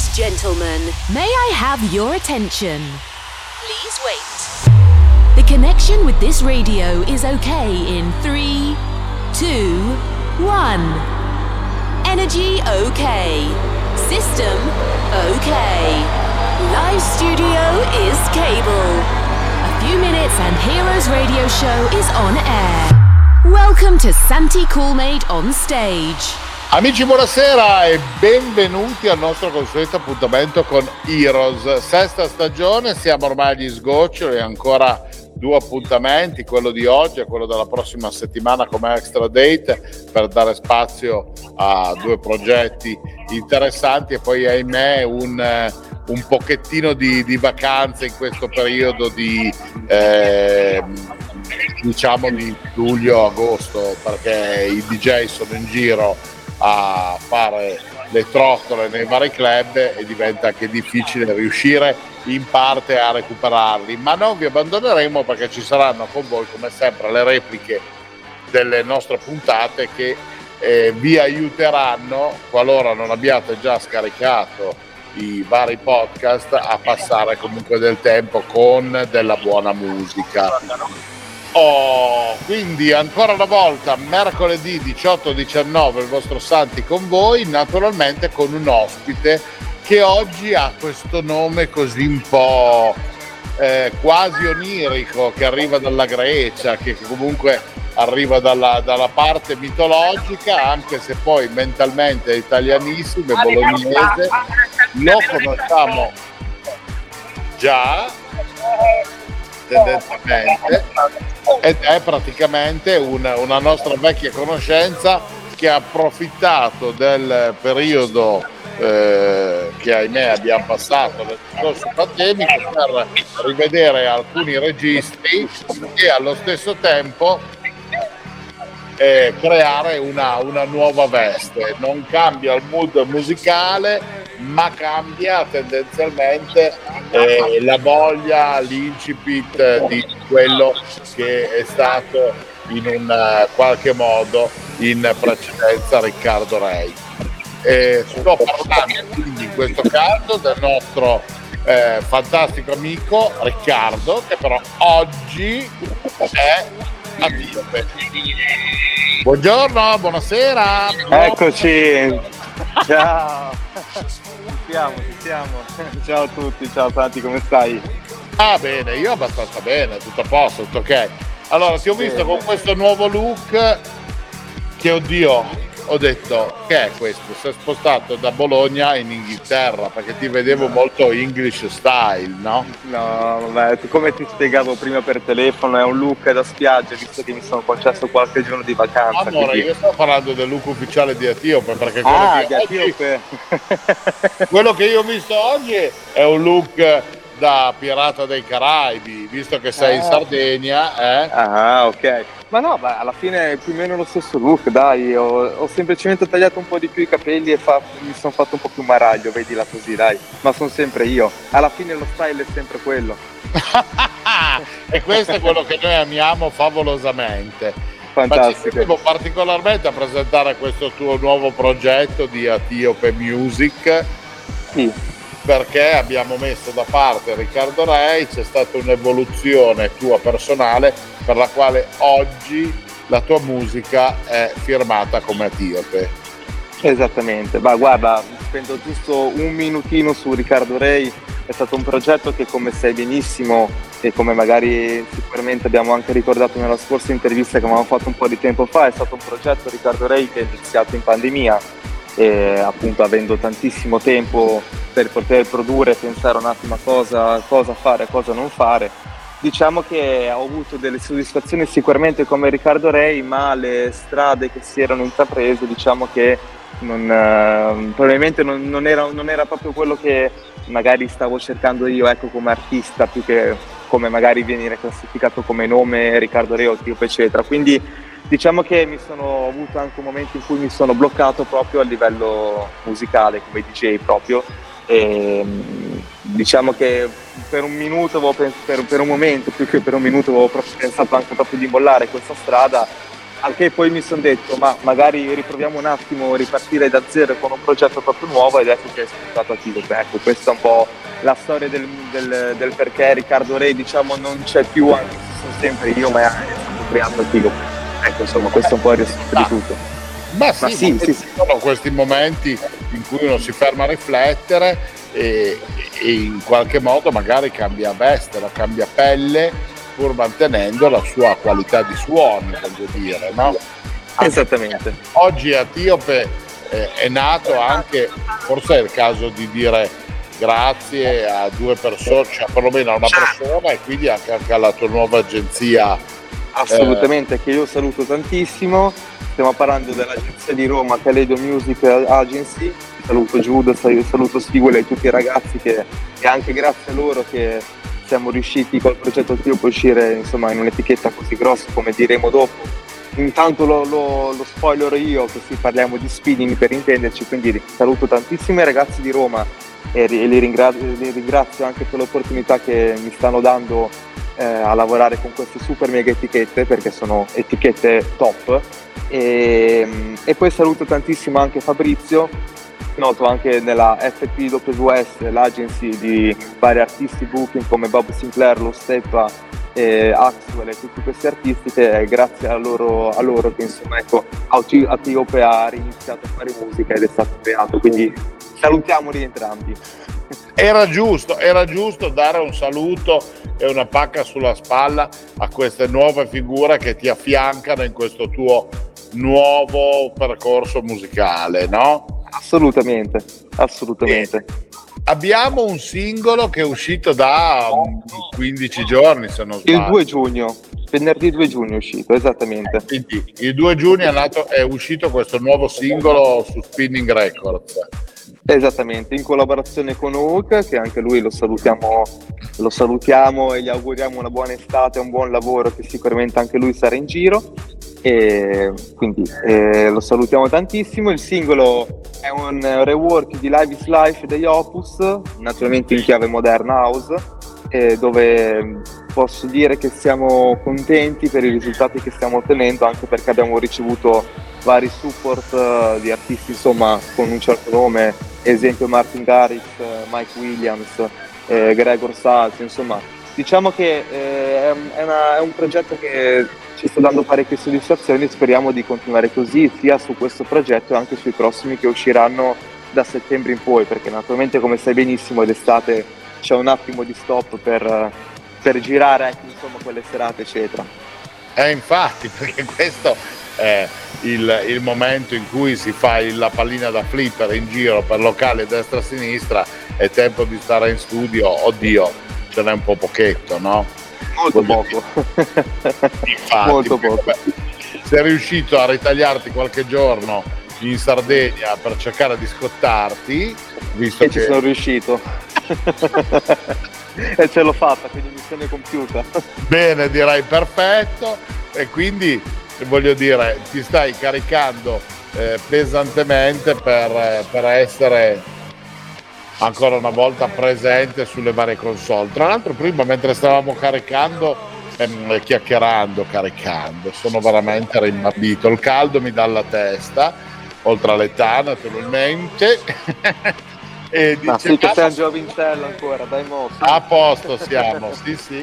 Gentlemen, may I have your attention? Please wait. The connection with this radio is okay in 3, 2, 1. Energy okay. System okay. Live studio is cable. A few minutes and Heroes Radio Show is on air. Welcome to Santi Coolmade on stage. Amici, buonasera e benvenuti al nostro consueto appuntamento con Heroes. Sesta stagione, siamo ormai agli sgoccioli e ancora due appuntamenti, quello di oggi e quello della prossima settimana come extra date, per dare spazio a due progetti interessanti e poi ahimè un pochettino di vacanze in questo periodo di diciamo di luglio-agosto, perché i DJ sono in giro a fare le trottole nei vari club e diventa anche difficile riuscire in parte a recuperarli, ma non vi abbandoneremo perché ci saranno con voi come sempre le repliche delle nostre puntate che vi aiuteranno, qualora non abbiate già scaricato i vari podcast, a passare comunque del tempo con della buona musica. Quindi ancora una volta mercoledì 18-19 il vostro Santi con voi, naturalmente con un ospite che oggi ha questo nome così un po' quasi onirico, che arriva dalla Grecia, che comunque arriva dalla parte mitologica, anche se poi mentalmente è italianissimo e bolognese. Lo conosciamo già tendenzialmente ed è praticamente una nostra vecchia conoscenza che ha approfittato del periodo che ahimè abbiamo passato nel discorso pandemico per rivedere alcuni registri e allo stesso tempo creare una nuova veste. Non cambia il mood musicale, ma cambia tendenzialmente la voglia, l'incipit di quello che è stato in un qualche modo in precedenza Riccardo Rei. Sto parlando quindi in questo caso del nostro fantastico amico Riccardo, che però oggi è attivo. Buongiorno, buonasera. Eccoci. Ciao. Ci siamo. Ciao a tutti, ciao Santi, come stai? Ah, bene, io abbastanza bene, tutto a posto, tutto ok. Allora, ti ho visto con questo nuovo look che, oddio, ho detto, che è questo? Si è spostato da Bologna in Inghilterra, perché ti vedevo molto English style, no? No, vabbè, come ti spiegavo prima per telefono, è un look da spiaggia, visto che mi sono concesso qualche giorno di vacanza. Amore, quindi... io sto parlando del look ufficiale di Etiope, perché quello che io ho visto oggi è un look da pirata dei Caraibi, visto che sei in Sardegna, Ah, ok. Ma no, beh, alla fine è più o meno lo stesso look, dai, ho semplicemente tagliato un po' di più i capelli e mi sono fatto un po' più maraglio, vedila così, dai, ma sono sempre io, alla fine lo style è sempre quello. E questo è quello che noi amiamo favolosamente. Fantastico. Ma ci tenevo particolarmente a presentare questo tuo nuovo progetto di Etiope Music. Sì. Perché abbiamo messo da parte Riccardo Rei, c'è stata un'evoluzione tua personale per la quale oggi la tua musica è firmata come Etiope. Esattamente, ma guarda, spendo giusto un minutino su Riccardo Rei. È stato un progetto che, come sai benissimo e come magari sicuramente abbiamo anche ricordato nella scorsa intervista che avevamo fatto un po' di tempo fa, è stato un progetto Riccardo Rei che è iniziato in pandemia. E appunto avendo tantissimo tempo per poter produrre e pensare un attimo a cosa fare, cosa non fare, diciamo che ho avuto delle soddisfazioni sicuramente come Riccardo Rei, ma le strade che si erano intraprese, diciamo che probabilmente non era proprio quello che magari stavo cercando io, ecco, come artista, più che come magari venire classificato come nome Riccardo Rei o Etiope, eccetera. Quindi diciamo che ho avuto anche un momento in cui mi sono bloccato proprio a livello musicale come DJ proprio, e diciamo che per un minuto per un momento più che per un minuto avevo proprio pensato anche proprio di mollare questa strada, Al che poi mi sono detto, ma magari riproviamo un attimo a ripartire da zero con un progetto proprio nuovo, ed ecco che è spuntato Atilope. Ecco, questa è un po' la storia del perché Riccardo Re, diciamo, non c'è più, anche se sono sempre io, ma è stato creato Atilope. Ecco, insomma, questo è un po' il riassunto di tutto. Ma sì. Sono questi momenti in cui uno si ferma a riflettere e in qualche modo magari cambia veste, la cambia pelle, pur mantenendo la sua qualità di suoni, voglio dire, no? Esattamente. Oggi Atilope è nato anche, forse è il caso di dire grazie a due persone, cioè perlomeno a una persona, e quindi anche alla tua nuova agenzia. Assolutamente, che io saluto tantissimo. Stiamo parlando dell'agenzia di Roma, Kaleido Music Agency. Saluto Giuda, saluto Stigwell e tutti i ragazzi che è anche grazie a loro che siamo riusciti col progetto Atilope a uscire, insomma, in un'etichetta così grossa, come diremo dopo. Intanto lo spoiler io, che sì, parliamo di spinning per intenderci, quindi saluto tantissimi ragazzi di Roma e li ringrazio anche per l'opportunità che mi stanno dando a lavorare con queste super mega etichette, perché sono etichette top. E poi saluto tantissimo anche Fabrizio, noto anche nella FPWS, l'agency di vari artisti booking come Bob Sinclair, Lo Steppa, Axwell e tutti questi artisti, che è grazie a loro che, insomma, ecco, Atilope ha riniziato a fare musica ed è stato creato, quindi salutiamoli entrambi. Era giusto dare un saluto e una pacca sulla spalla a queste nuove figure che ti affiancano in questo tuo nuovo percorso musicale, no? Assolutamente. Abbiamo un singolo che è uscito da 15 giorni, se non sbaglio. Il 2 giugno, venerdì 2 giugno è uscito, esattamente. Quindi il 2 giugno è uscito questo nuovo singolo su Spinning Records. Esattamente, in collaborazione con Oak, che anche lui lo salutiamo e gli auguriamo una buona estate, un buon lavoro, che sicuramente anche lui sarà in giro, e quindi lo salutiamo tantissimo. Il singolo è un rework di Live is Life degli Opus, naturalmente in chiave moderna house, dove posso dire che siamo contenti per i risultati che stiamo ottenendo, anche perché abbiamo ricevuto vari support di artisti, insomma, con un certo nome, esempio Martin Garrix, Mike Williams, Gregor Salto, insomma, diciamo che è un progetto che ci sta dando parecchie soddisfazioni. Speriamo di continuare così, sia su questo progetto e anche sui prossimi che usciranno da settembre in poi, perché naturalmente, come sai benissimo, d'estate c'è un attimo di stop per girare, insomma, quelle serate eccetera. Infatti, perché questo è il momento in cui si fa la pallina da flipper in giro per locali destra e sinistra, è tempo di stare in studio, oddio, ce n'è un po' pochetto, no? Molto poco. Infatti, molto poco. Sei riuscito a ritagliarti qualche giorno in Sardegna per cercare di scottarti, visto che ci sono riuscito. E ce l'ho fatta, quindi missione compiuta. Bene, direi perfetto. E quindi, voglio dire, ti stai caricando pesantemente per essere ancora una volta presente sulle varie console. Tra l'altro, prima, mentre stavamo caricando, sono veramente rimbambito. Il caldo mi dà alla testa, oltre all'età naturalmente. E ma sì, che sei un giovincello ancora, dai mo. A posto siamo, sì.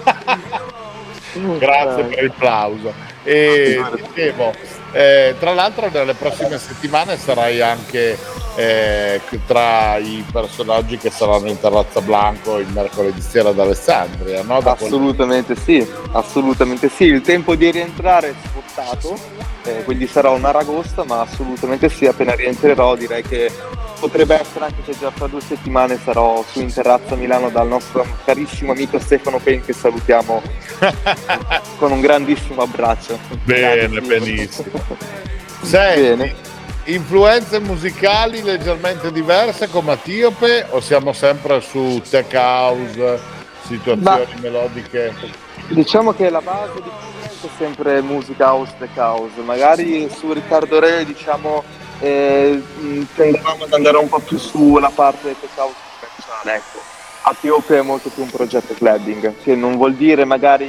Grazie per il plauso. E dicevo, tra l'altro nelle prossime settimane sarai anche tra i personaggi che saranno in Terrazza Blanco il mercoledì sera ad Alessandria, no? Assolutamente sì. Il tempo di rientrare è spostato, quindi sarà un Aragosta, ma assolutamente sì, appena rientrerò direi che potrebbe essere anche che già fra 2 settimane sarò su in terrazza a Milano dal nostro carissimo amico Stefano Pen, che salutiamo con un grandissimo abbraccio. Bene, benissimo. Senti, bene. Influenze musicali leggermente diverse come Atilope, o siamo sempre su tech house, situazioni melodiche? Diciamo che la base di è sempre musica house, tech house. Magari su Riccardo Re, diciamo, tendevamo ad andare un po' più sulla parte tech house commerciale, ecco. Atilope è molto più un progetto clubbing, che non vuol dire magari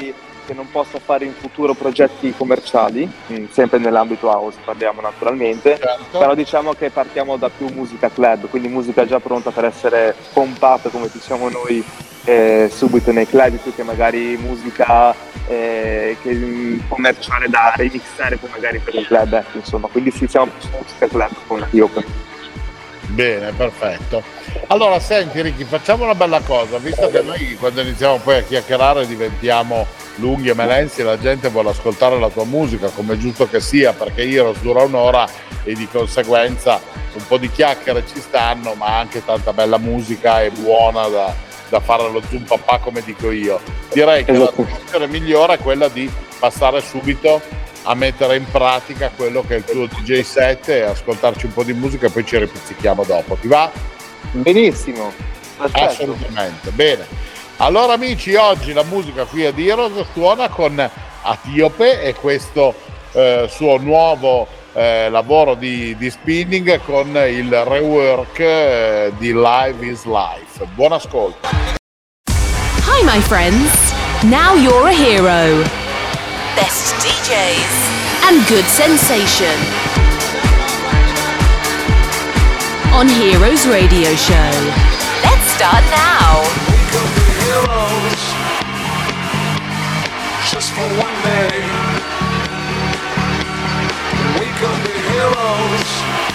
che non possa fare in futuro progetti commerciali, sempre nell'ambito house parliamo naturalmente, certo. Però diciamo che partiamo da più musica club, quindi musica già pronta per essere pompata, come diciamo noi, subito nei club, più che magari musica commerciale da remixare poi magari per il club, ecco, insomma, quindi sì, siamo più su musica club con la Tiope. Bene, perfetto. Allora senti Ricky, facciamo una bella cosa, visto che noi quando iniziamo poi a chiacchierare diventiamo lunghi e melensi e la gente vuole ascoltare la tua musica, come è giusto che sia, perché Heroes dura un'ora e di conseguenza un po' di chiacchiere ci stanno, ma anche tanta bella musica e buona da fare allo zoom papà, come dico io. Direi che la soluzione migliore è quella di passare subito a mettere in pratica quello che è il tuo DJ set e ascoltarci un po' di musica e poi ci ripizzichiamo dopo. Ti va? Benissimo, perfetto. Assolutamente, bene. Allora amici, oggi la musica qui a Heroes suona con Atiope e questo suo nuovo lavoro di spinning con il rework di Live is Life. Buon ascolto. Hi my friends, now you're a hero. Best DJs and good sensation on Heroes Radio Show. Let's start now. We could be heroes just for one day. We could be heroes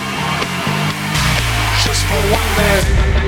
just for one day.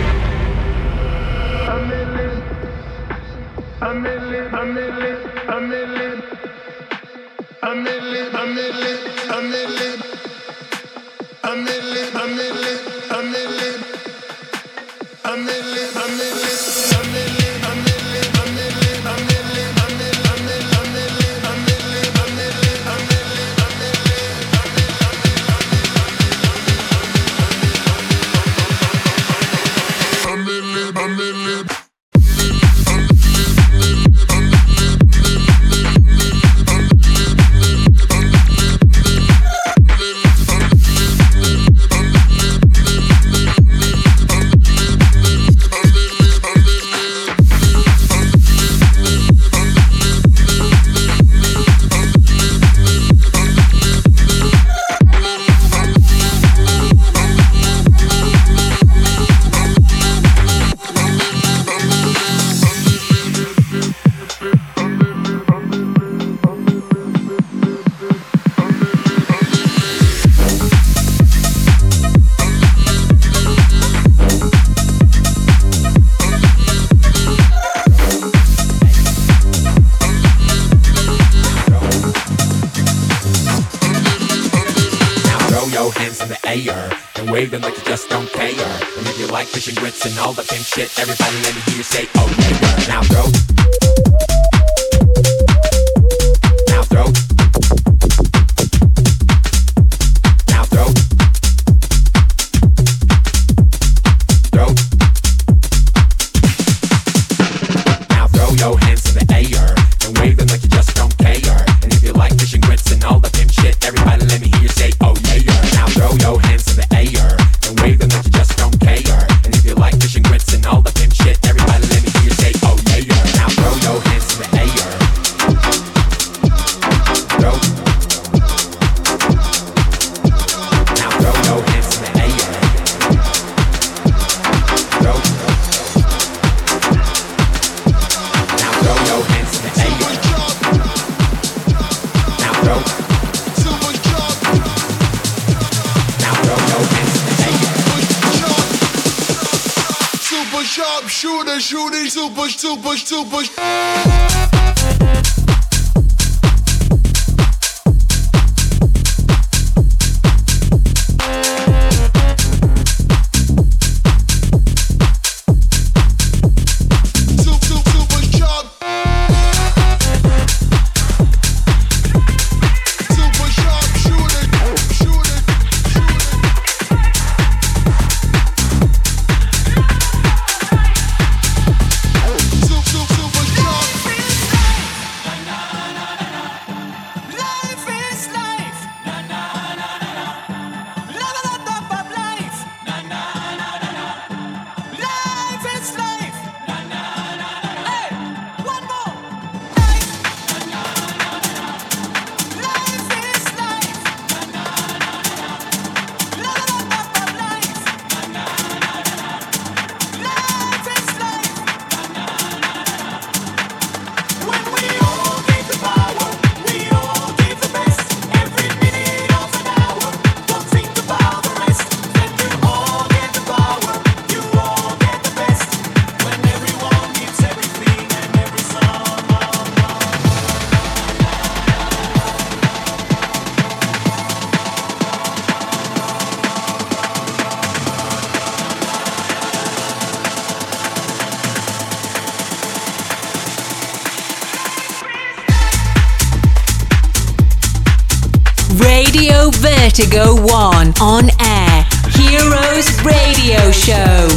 wave them like you just don't care. And if you like fish and grits and all the pimp shit, everybody let me hear you say, oh nigga. Now throw. Now throw. Now throw. Throw. Now throw your hands in the air and wave them like you just don't care. And if you like fish and grits and all the pimp shit, everybody let me hear you say, oh yeah. Now throw your hands in the air and wave them like you just don't care. And if you like fish and grits and all the pimp shit, everybody let me hear you say, oh yeah. Now throw your hands in the air. Throw. Now throw your hands in the air. Throw. Now throw your hands in the air. Now throw. Now throw your hands in the air. Super sharp shooter, shooting super. Radio Vertigo 1 on air. Heroes Radio Show.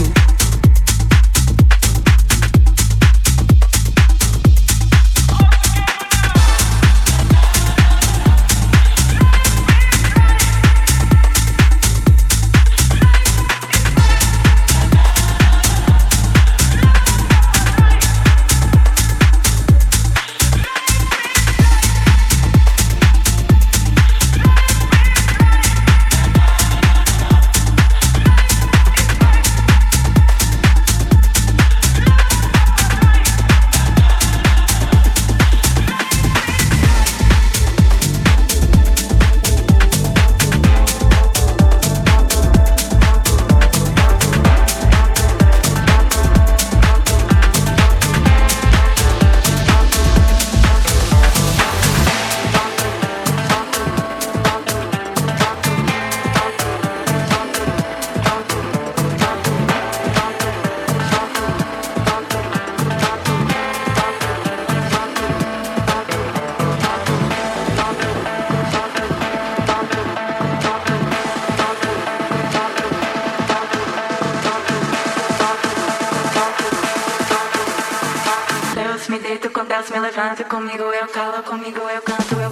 Me levanto, comigo eu calo, comigo eu canto, eu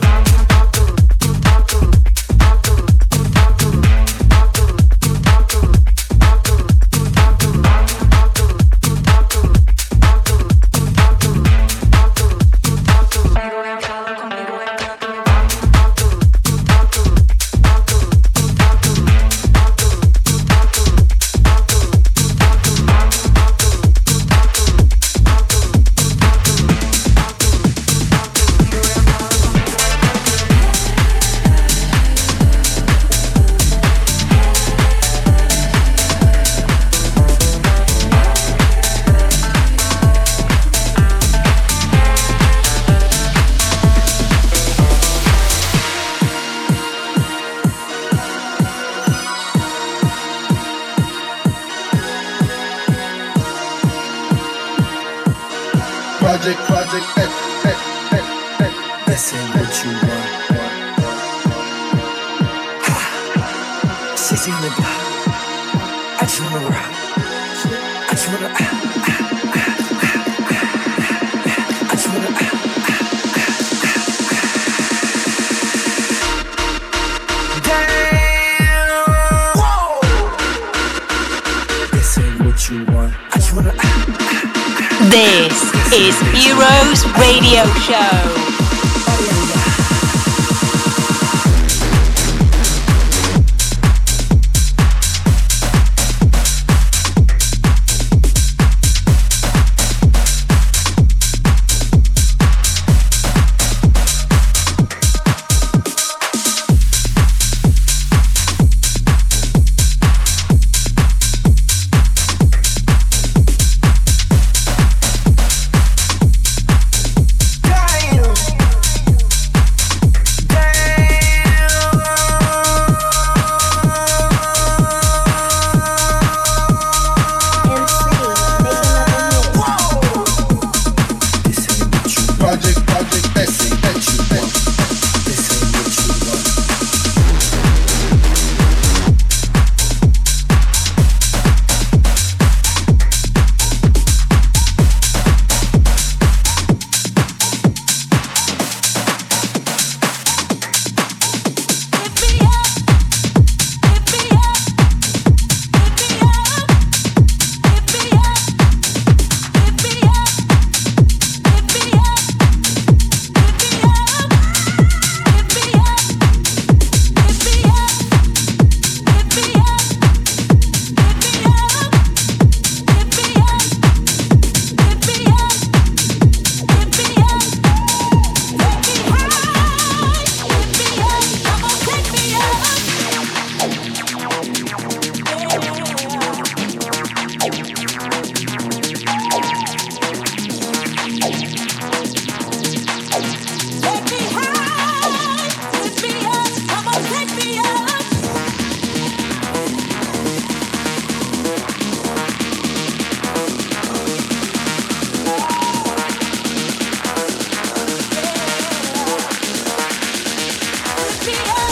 Project, this ain't what you want. Sexy in the block. I just wanna rock. I just wanna. I just wanna. Damn. Whoa. This ain't what you want. I just wanna. This is Heroes Radio Show. Damn.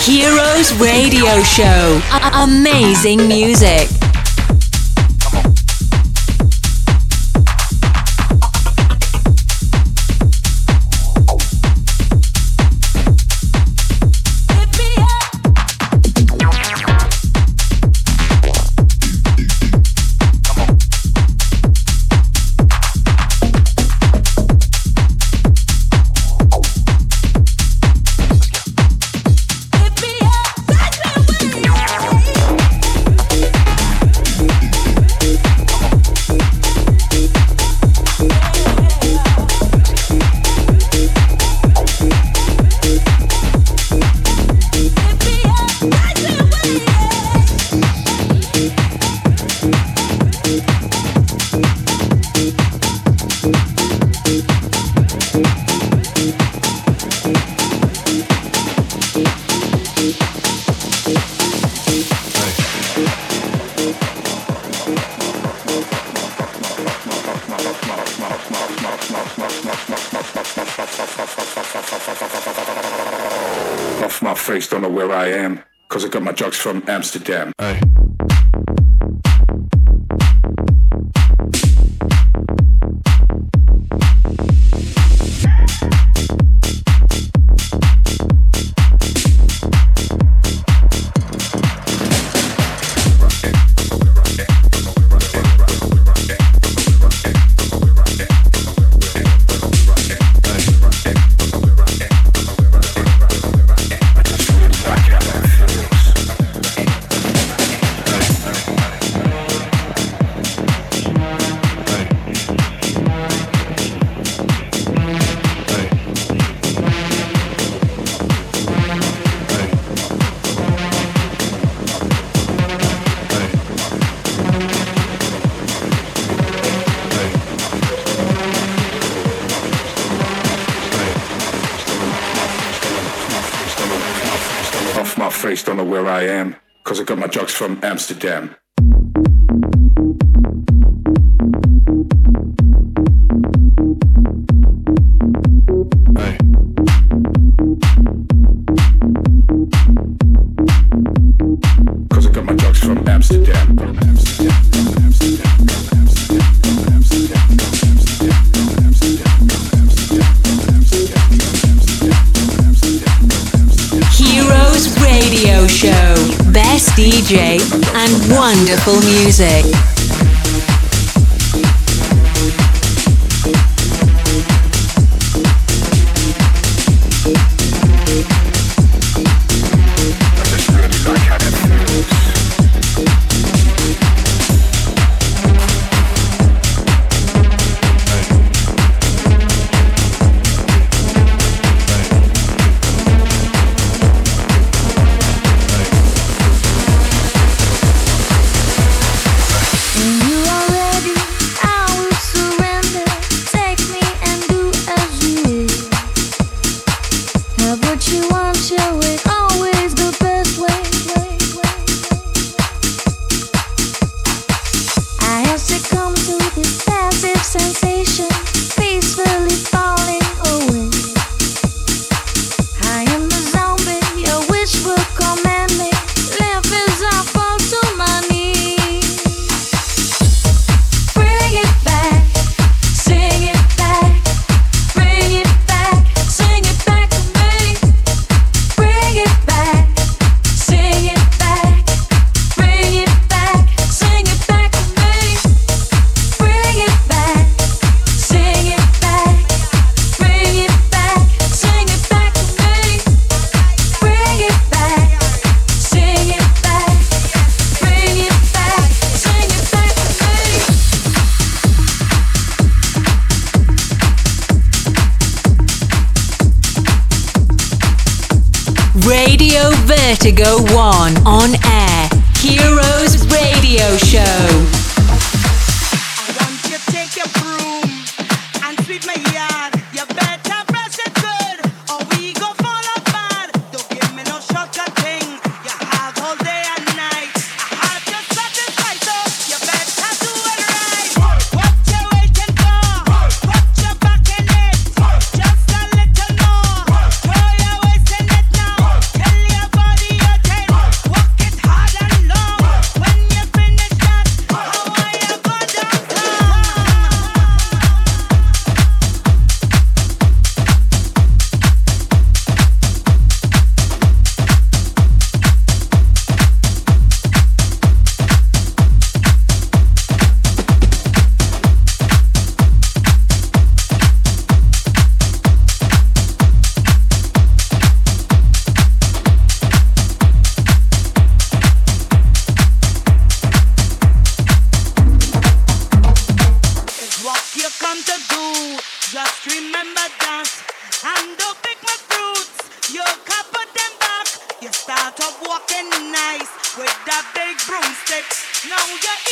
Heroes Radio Show. Amazing music. Off my face, don't know where I am, cause I got my drugs from Amsterdam. Hey. Don't know where I am, cause I got my drugs from Amsterdam. Hey. Cause I got my drugs from Amsterdam. Heroes Radio Show. Best DJ and wonderful music. Radio Vertigo 1 on air. Heroes Radio Show. I want you to take your broom and sweep my yard. You better brush it good or we go fall apart. Don't give me no shortcut thing. You have all day and night. I have you satisfied, so you better do it right. What you waiting for? Put your back in it. Just a little more. Throw your waist in it now. Tell your body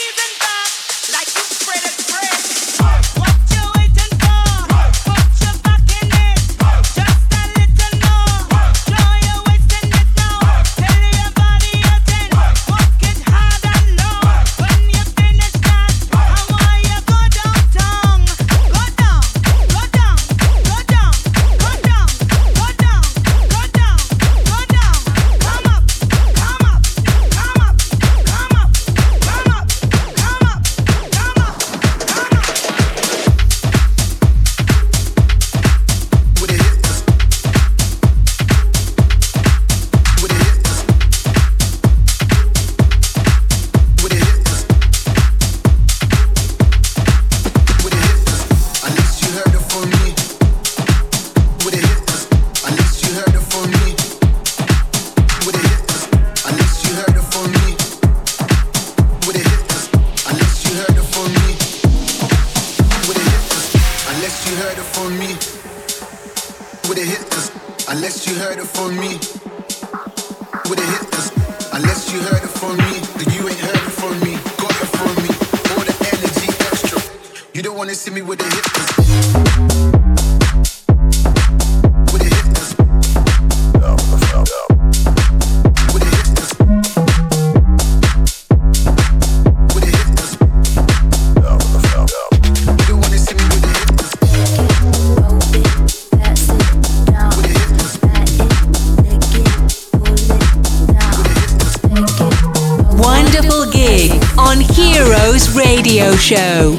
Show.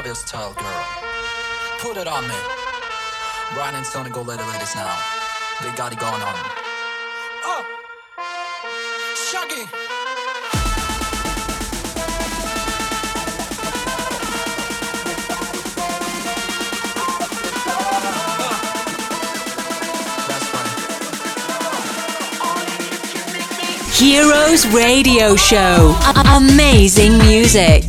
your style, girl. Put it on me. Brian and Sony go let the ladies now. They got it going on. Oh, Shaggy. Heroes Radio Show. Amazing music.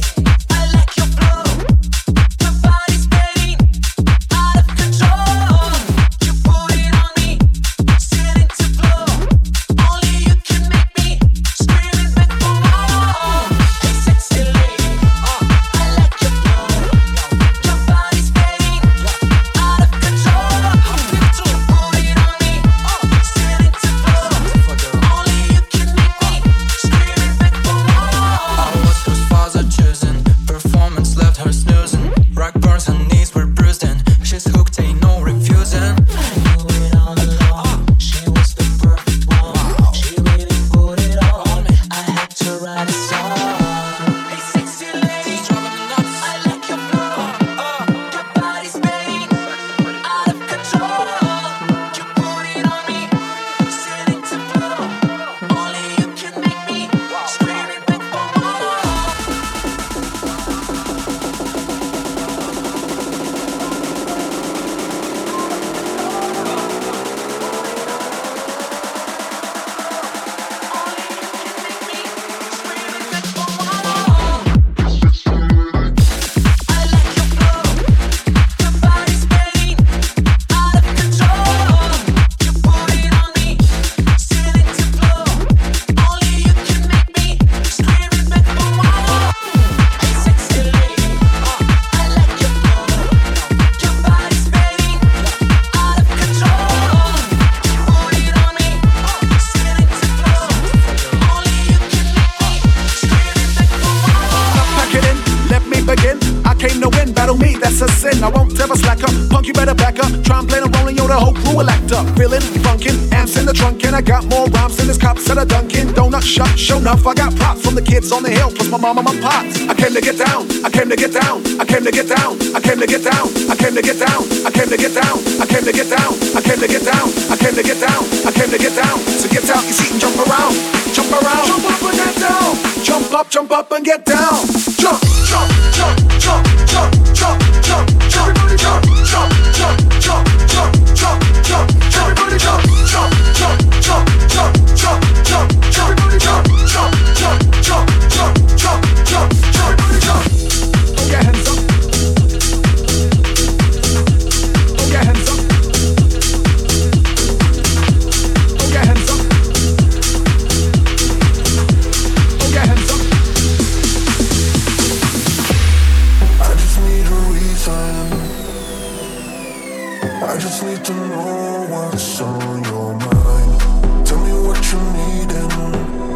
Show enough, I got props from the kids on the hill, plus my mom and my pops. I came to get down, I came to get down, I came to get down, I came to get down, I came to get down, I came to get down, I came to get down, I came to get down, I came to get down, I came to get down. So get out your seat and jump around, jump around, jump up and get down, jump up and get down, jump, jump, jump, jump, jump, jump, jump, jump, everybody jump, jump, jump, jump, jump, jump, jump, everybody jump, jump, jump, jump, jump, jump, jump, everybody jump, jump, jump, jump, jump, jump, jump, everybody jump. Throw your hands up. Throw your hands up. Throw your hands up. Throw your hands up. I just need a reason. I just need to know what's on your mind. Tell me what you need and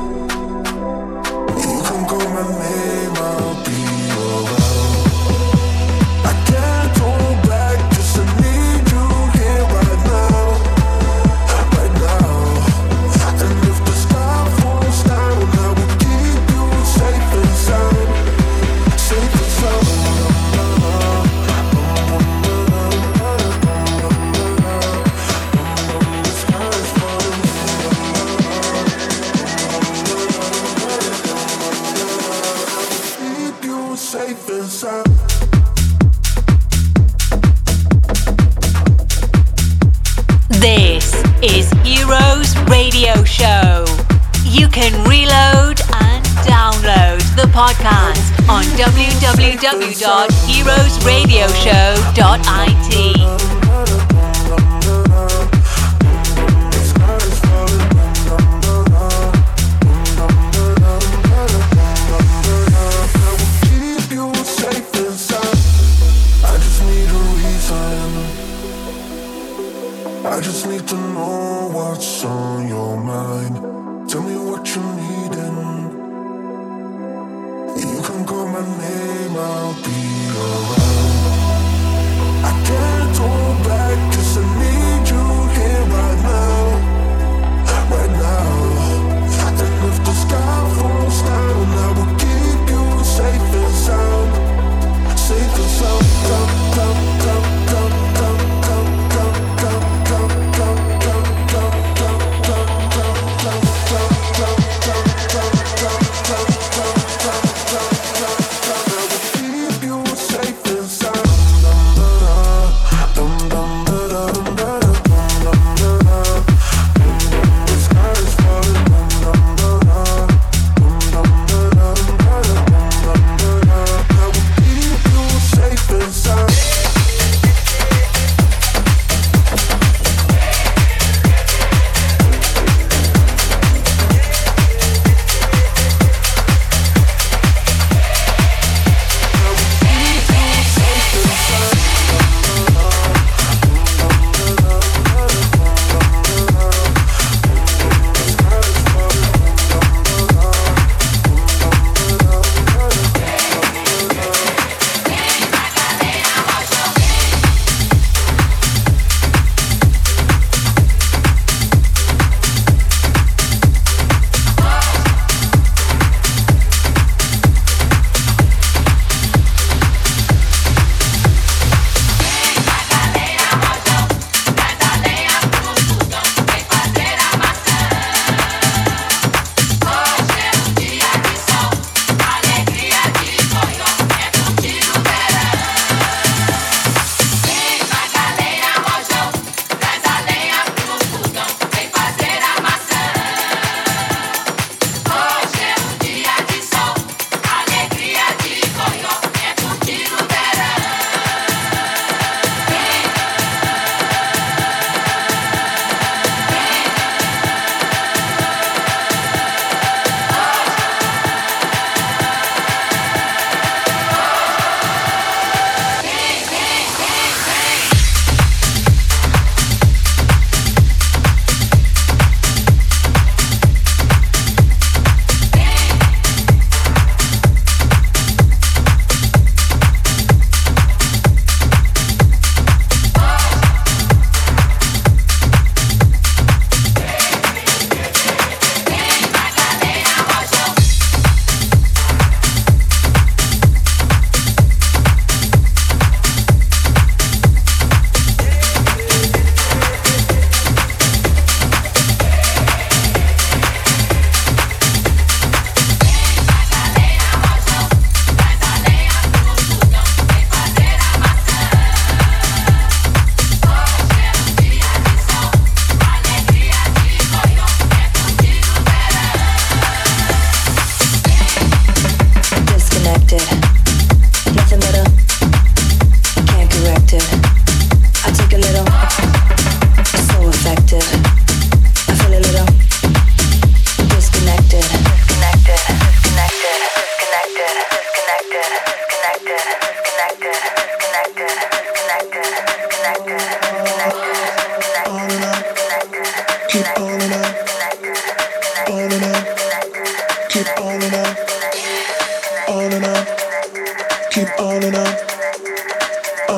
you can call my name, I'll be around. I can't go back, just I need you here right now, right now. And if the sky falls down, I will keep you safe and sound, safe and sound. Safe and sound. This is Heroes Radio Show. You can reload and download the podcast on www.heroesradioshow.it. I just need to know what's on your mind. Tell me what you need and you can call my name, I'll be around. I can't go back, cause I need you here right now, right now. And if the sky falls down, I will keep you safe and sound, safe and sound.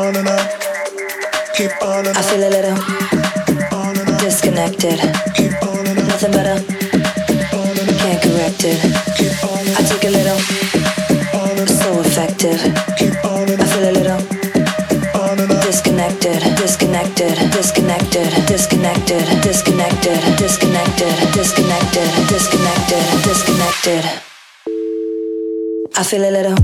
on and up. Keep on and I up. feel a little disconnected. Keep on and up. Nothing better. Can't correct it. Keep on and I take a little. on and So effective. keep on and I feel a little on and up. disconnected, disconnected, disconnected, disconnected, disconnected, disconnected, disconnected, disconnected, disconnected. I feel a little.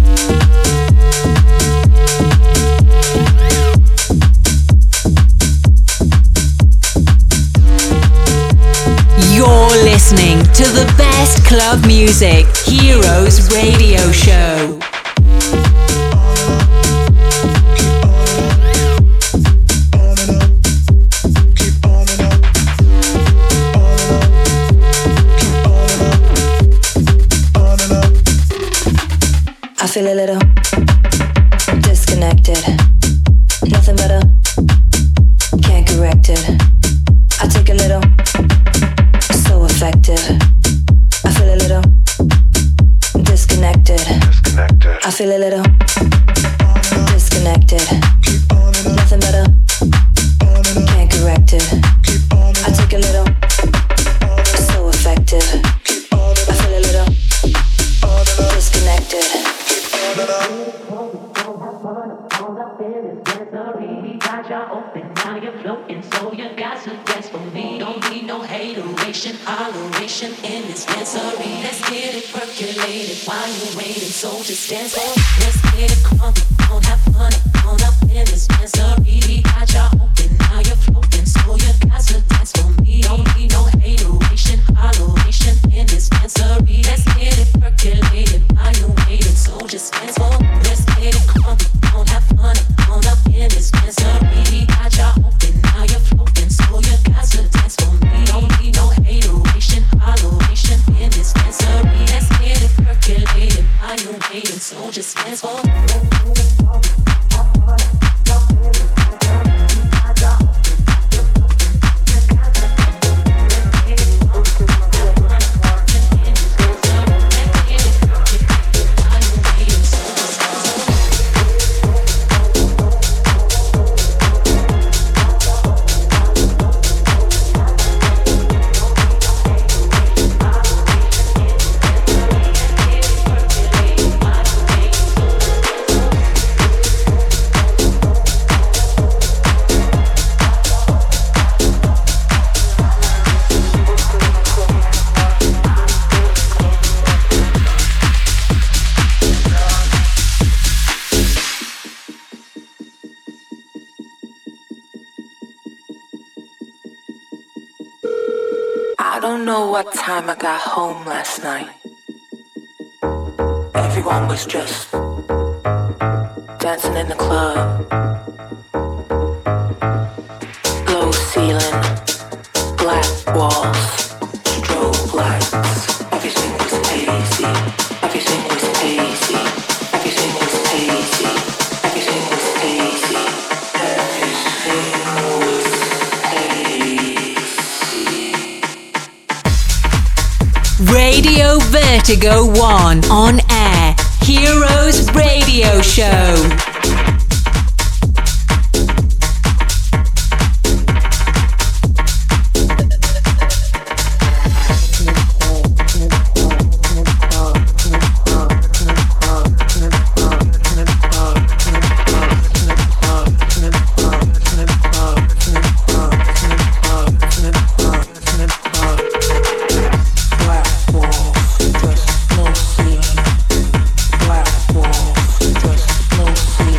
You're listening to the best club music, Heroes Radio Show. I feel a little disconnected. Nothing better. Can't correct it. I take a little. So effective. I feel a little disconnected. I feel a little disconnected. Nothing better. Can't correct it. I take a little. So effective. I feel a little disconnected. Holleration in this dancery. Let's get it percolated while you're waiting. So just dance for. Let's get it crunk on, have fun on up in this dancery. We got y'all open, now you're floating. So you got to dance for me. Don't need no hateration, holleration in this dancery. Let's get it percolated while you're waiting. So just dance for. Let's get it crunk on, have fun on up in this dancery. We got y'all open, now you're floating. So you got to dance for me. Don't need no hateration, holleration in this dancery. Let's get it percolated while you're waiting. So just dance for. I don't know what time I got home last night. Everyone was just dancing in the club. Low ceiling, black walls, strobe lights. Everything was hazy. Everything was hazy. Everything was hazy. Everything was hazy. Everything was Radio Vertigo 1 on air. Heroes Radio Show. Black walls, just no ceiling.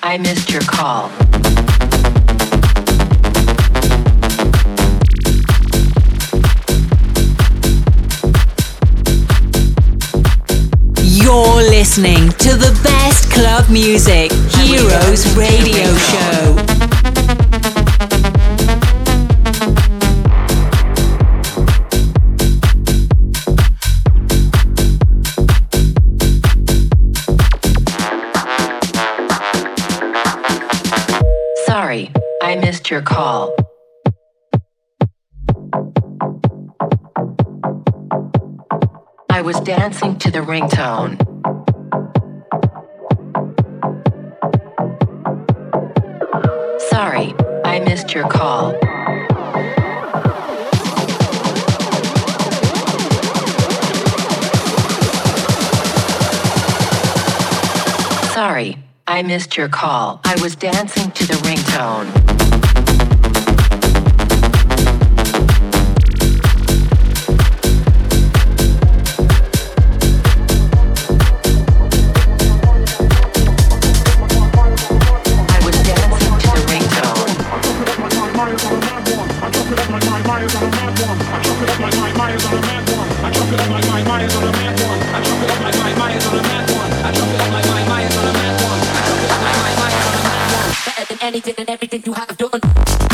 I missed your call. You're listening to the best club music, Heroes Radio Show. Sorry, I missed your call. I was dancing to the ringtone. Sorry, I missed your call. Sorry, I missed your call. I was dancing to the ringtone. Anything and everything you have done.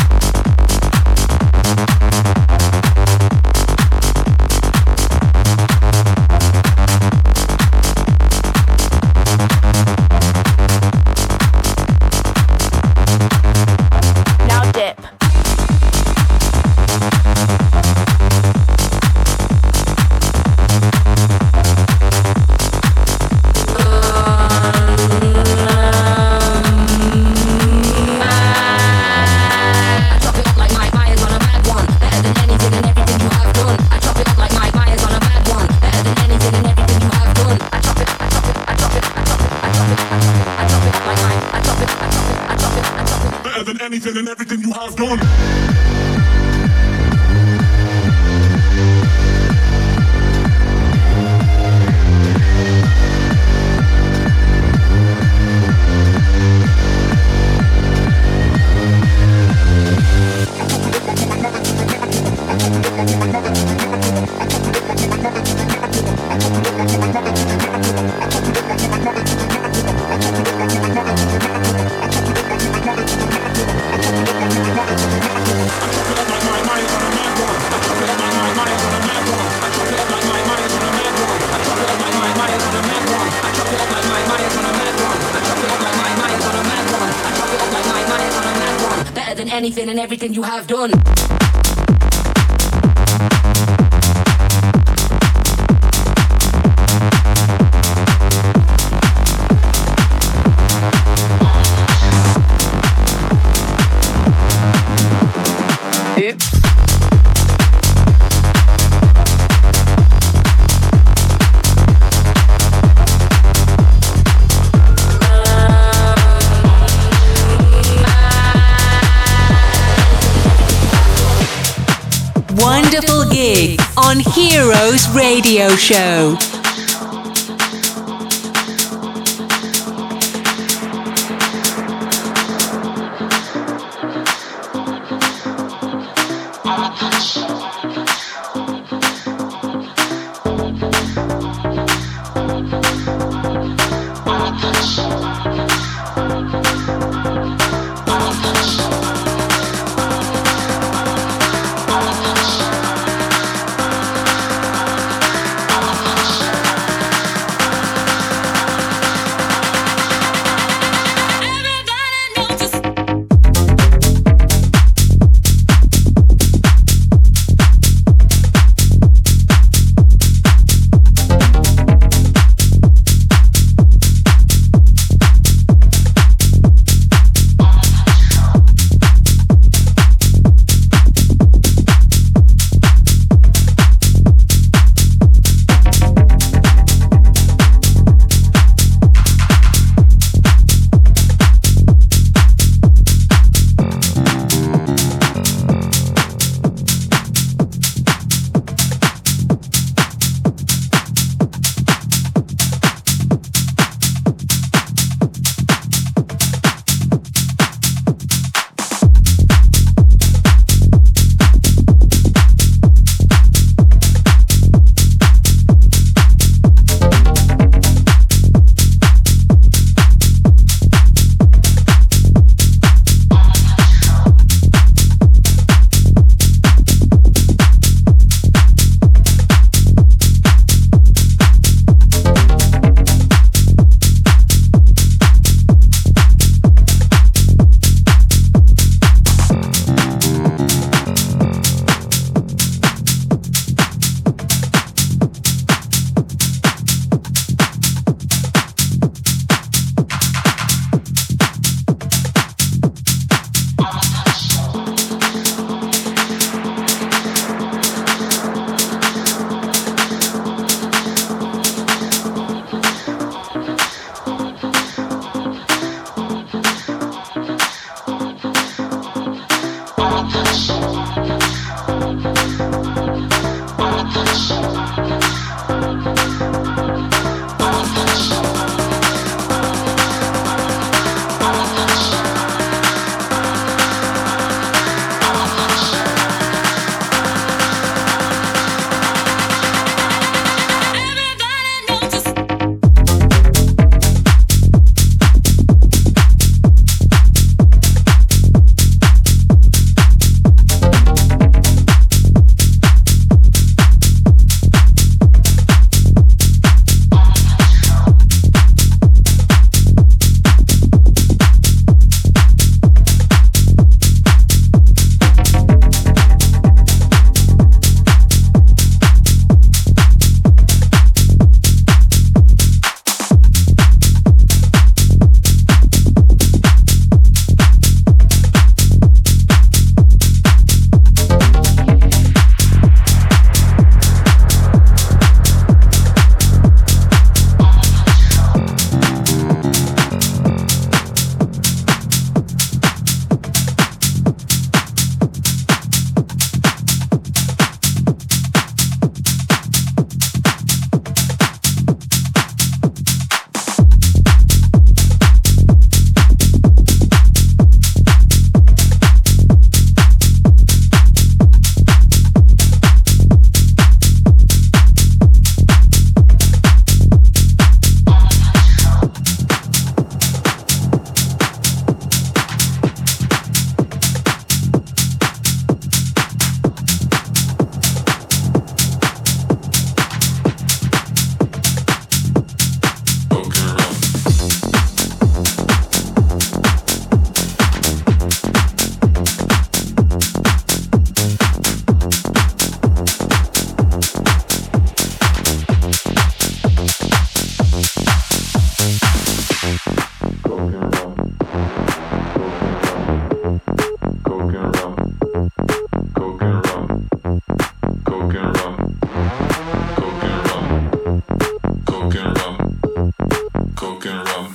Now dip. Anything and everything you have done. Anything and everything you have done. Oops. Wonderful gig on Heroes Radio Show. and rum.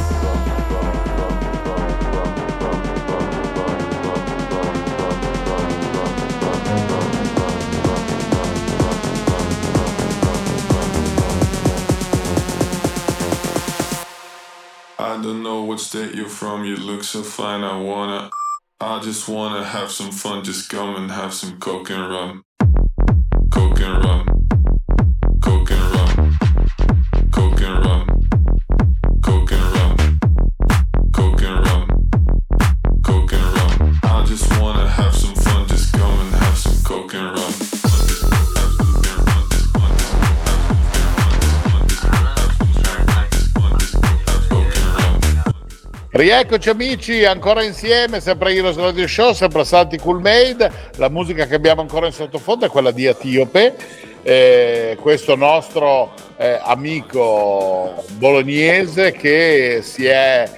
I don't know what state you're from, you look so fine, I just wanna have some fun, just come and have some coke and rum. Coke and rum. Coke and rum. Coke and rum. Coke and rum. Coke and rum. Coke and rum. I just wanna have some fun, just come and have some coke and rum. Rieccoci amici, ancora insieme, sempre Heroes Radio Show, sempre Santi Cool Made. La musica che abbiamo ancora in sottofondo è quella di Atiope, questo nostro amico bolognese che si è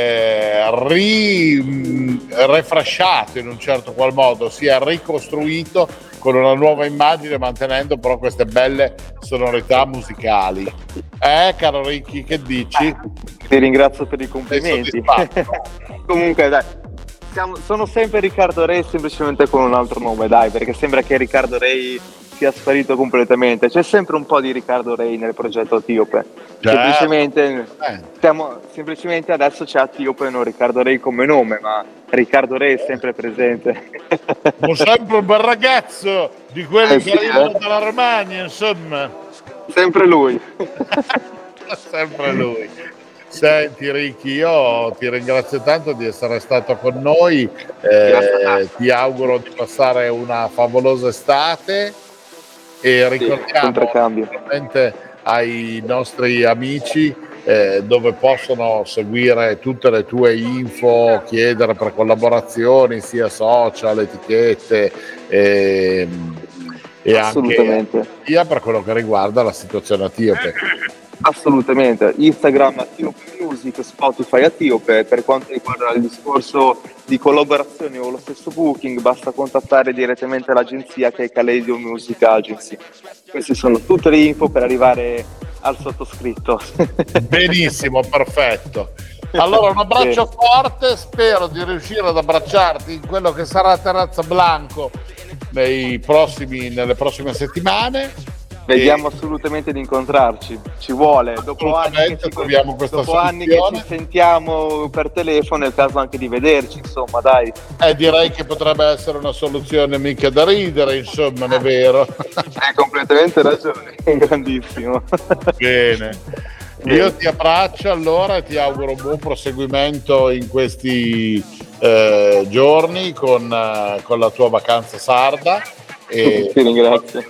refrescato in un certo qual modo, si è ricostruito con una nuova immagine, mantenendo però queste belle sonorità musicali. Caro Ricky, che dici? Ti ringrazio per i complimenti. Comunque dai, sono sempre Riccardo Re, semplicemente con un altro nome, dai, perché sembra che Riccardo Re sia sparito completamente. C'è sempre un po' di Riccardo Re nel progetto Atiope. Semplicemente adesso c'è Atiope e non Riccardo Re come nome, ma Riccardo Re è sempre presente. Ho sempre un bel ragazzo di quelli che arrivano dalla Romagna, insomma. Sempre lui. Sempre lui. Senti Ricky, io ti ringrazio tanto di essere stato con noi, ti auguro di passare una favolosa estate e ricordiamo ovviamente ai nostri amici dove possono seguire tutte le tue info, chiedere per collaborazioni sia social, etichette e anche sia per quello che riguarda la situazione Atiope. Assolutamente, Instagram Atiope Music, Spotify Atiope. Per quanto riguarda il discorso di collaborazioni o lo stesso booking, basta contattare direttamente l'agenzia che è Caledio Music Agency. Queste sono tutte le info per arrivare al sottoscritto. Benissimo, perfetto. Allora un abbraccio forte, spero di riuscire ad abbracciarti in quello che sarà Terrazza Blanco nelle prossime settimane. Vediamo assolutamente di incontrarci, ci vuole, dopo anni che ci sentiamo per telefono, è il caso anche di vederci, insomma, dai. Direi che potrebbe essere una soluzione mica da ridere, insomma, non è vero? Hai completamente ragione, grandissimo. Bene. Io ti abbraccio allora e ti auguro un buon proseguimento in questi giorni con la tua vacanza sarda. Ti ringrazio.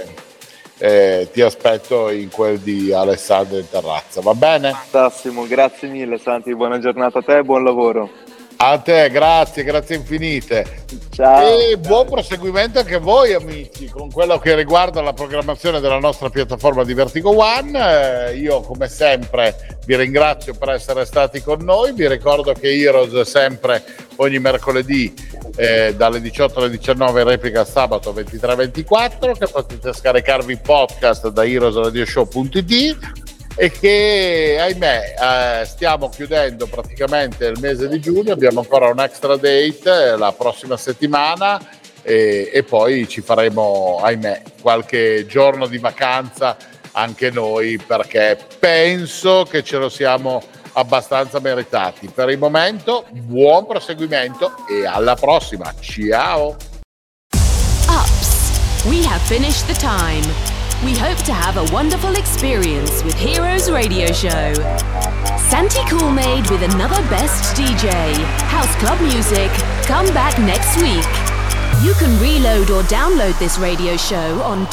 Ti aspetto in quel di Alessandro in Terrazza, va bene? Fantastico, grazie mille Santi, buona giornata a te e buon lavoro. A te, grazie infinite. Ciao. E buon proseguimento anche a voi amici con quello che riguarda la programmazione della nostra piattaforma di Vertigo One. Io come sempre vi ringrazio per essere stati con noi, vi ricordo che Heroes è sempre ogni mercoledì dalle 18 alle 19, replica sabato 23-24, che potete scaricarvi il podcast da heroesradioshow.it e che ahimè stiamo chiudendo praticamente il mese di giugno, abbiamo ancora un extra date la prossima settimana e poi ci faremo ahimè qualche giorno di vacanza anche noi, perché penso che ce lo siamo abbastanza meritati. Per il momento buon proseguimento e alla prossima, ciao. Ups, we have finished the time. We hope to have a wonderful experience with Heroes Radio Show. Santi Coolmade with another best DJ. House club music. Come back next week. You can reload or download this radio show on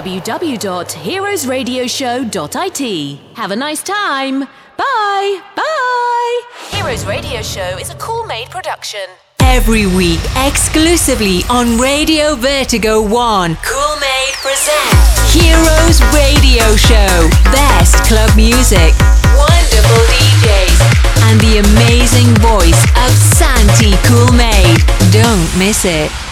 www.heroesradioshow.it. Have a nice time. Bye. Bye. Heroes Radio Show is a Coolmade production. Every week, exclusively on Radio Vertigo One, Coolmade presents Heroes Radio Show. Best club music, wonderful DJs, and the amazing voice of Santi Coolmade. Don't miss it.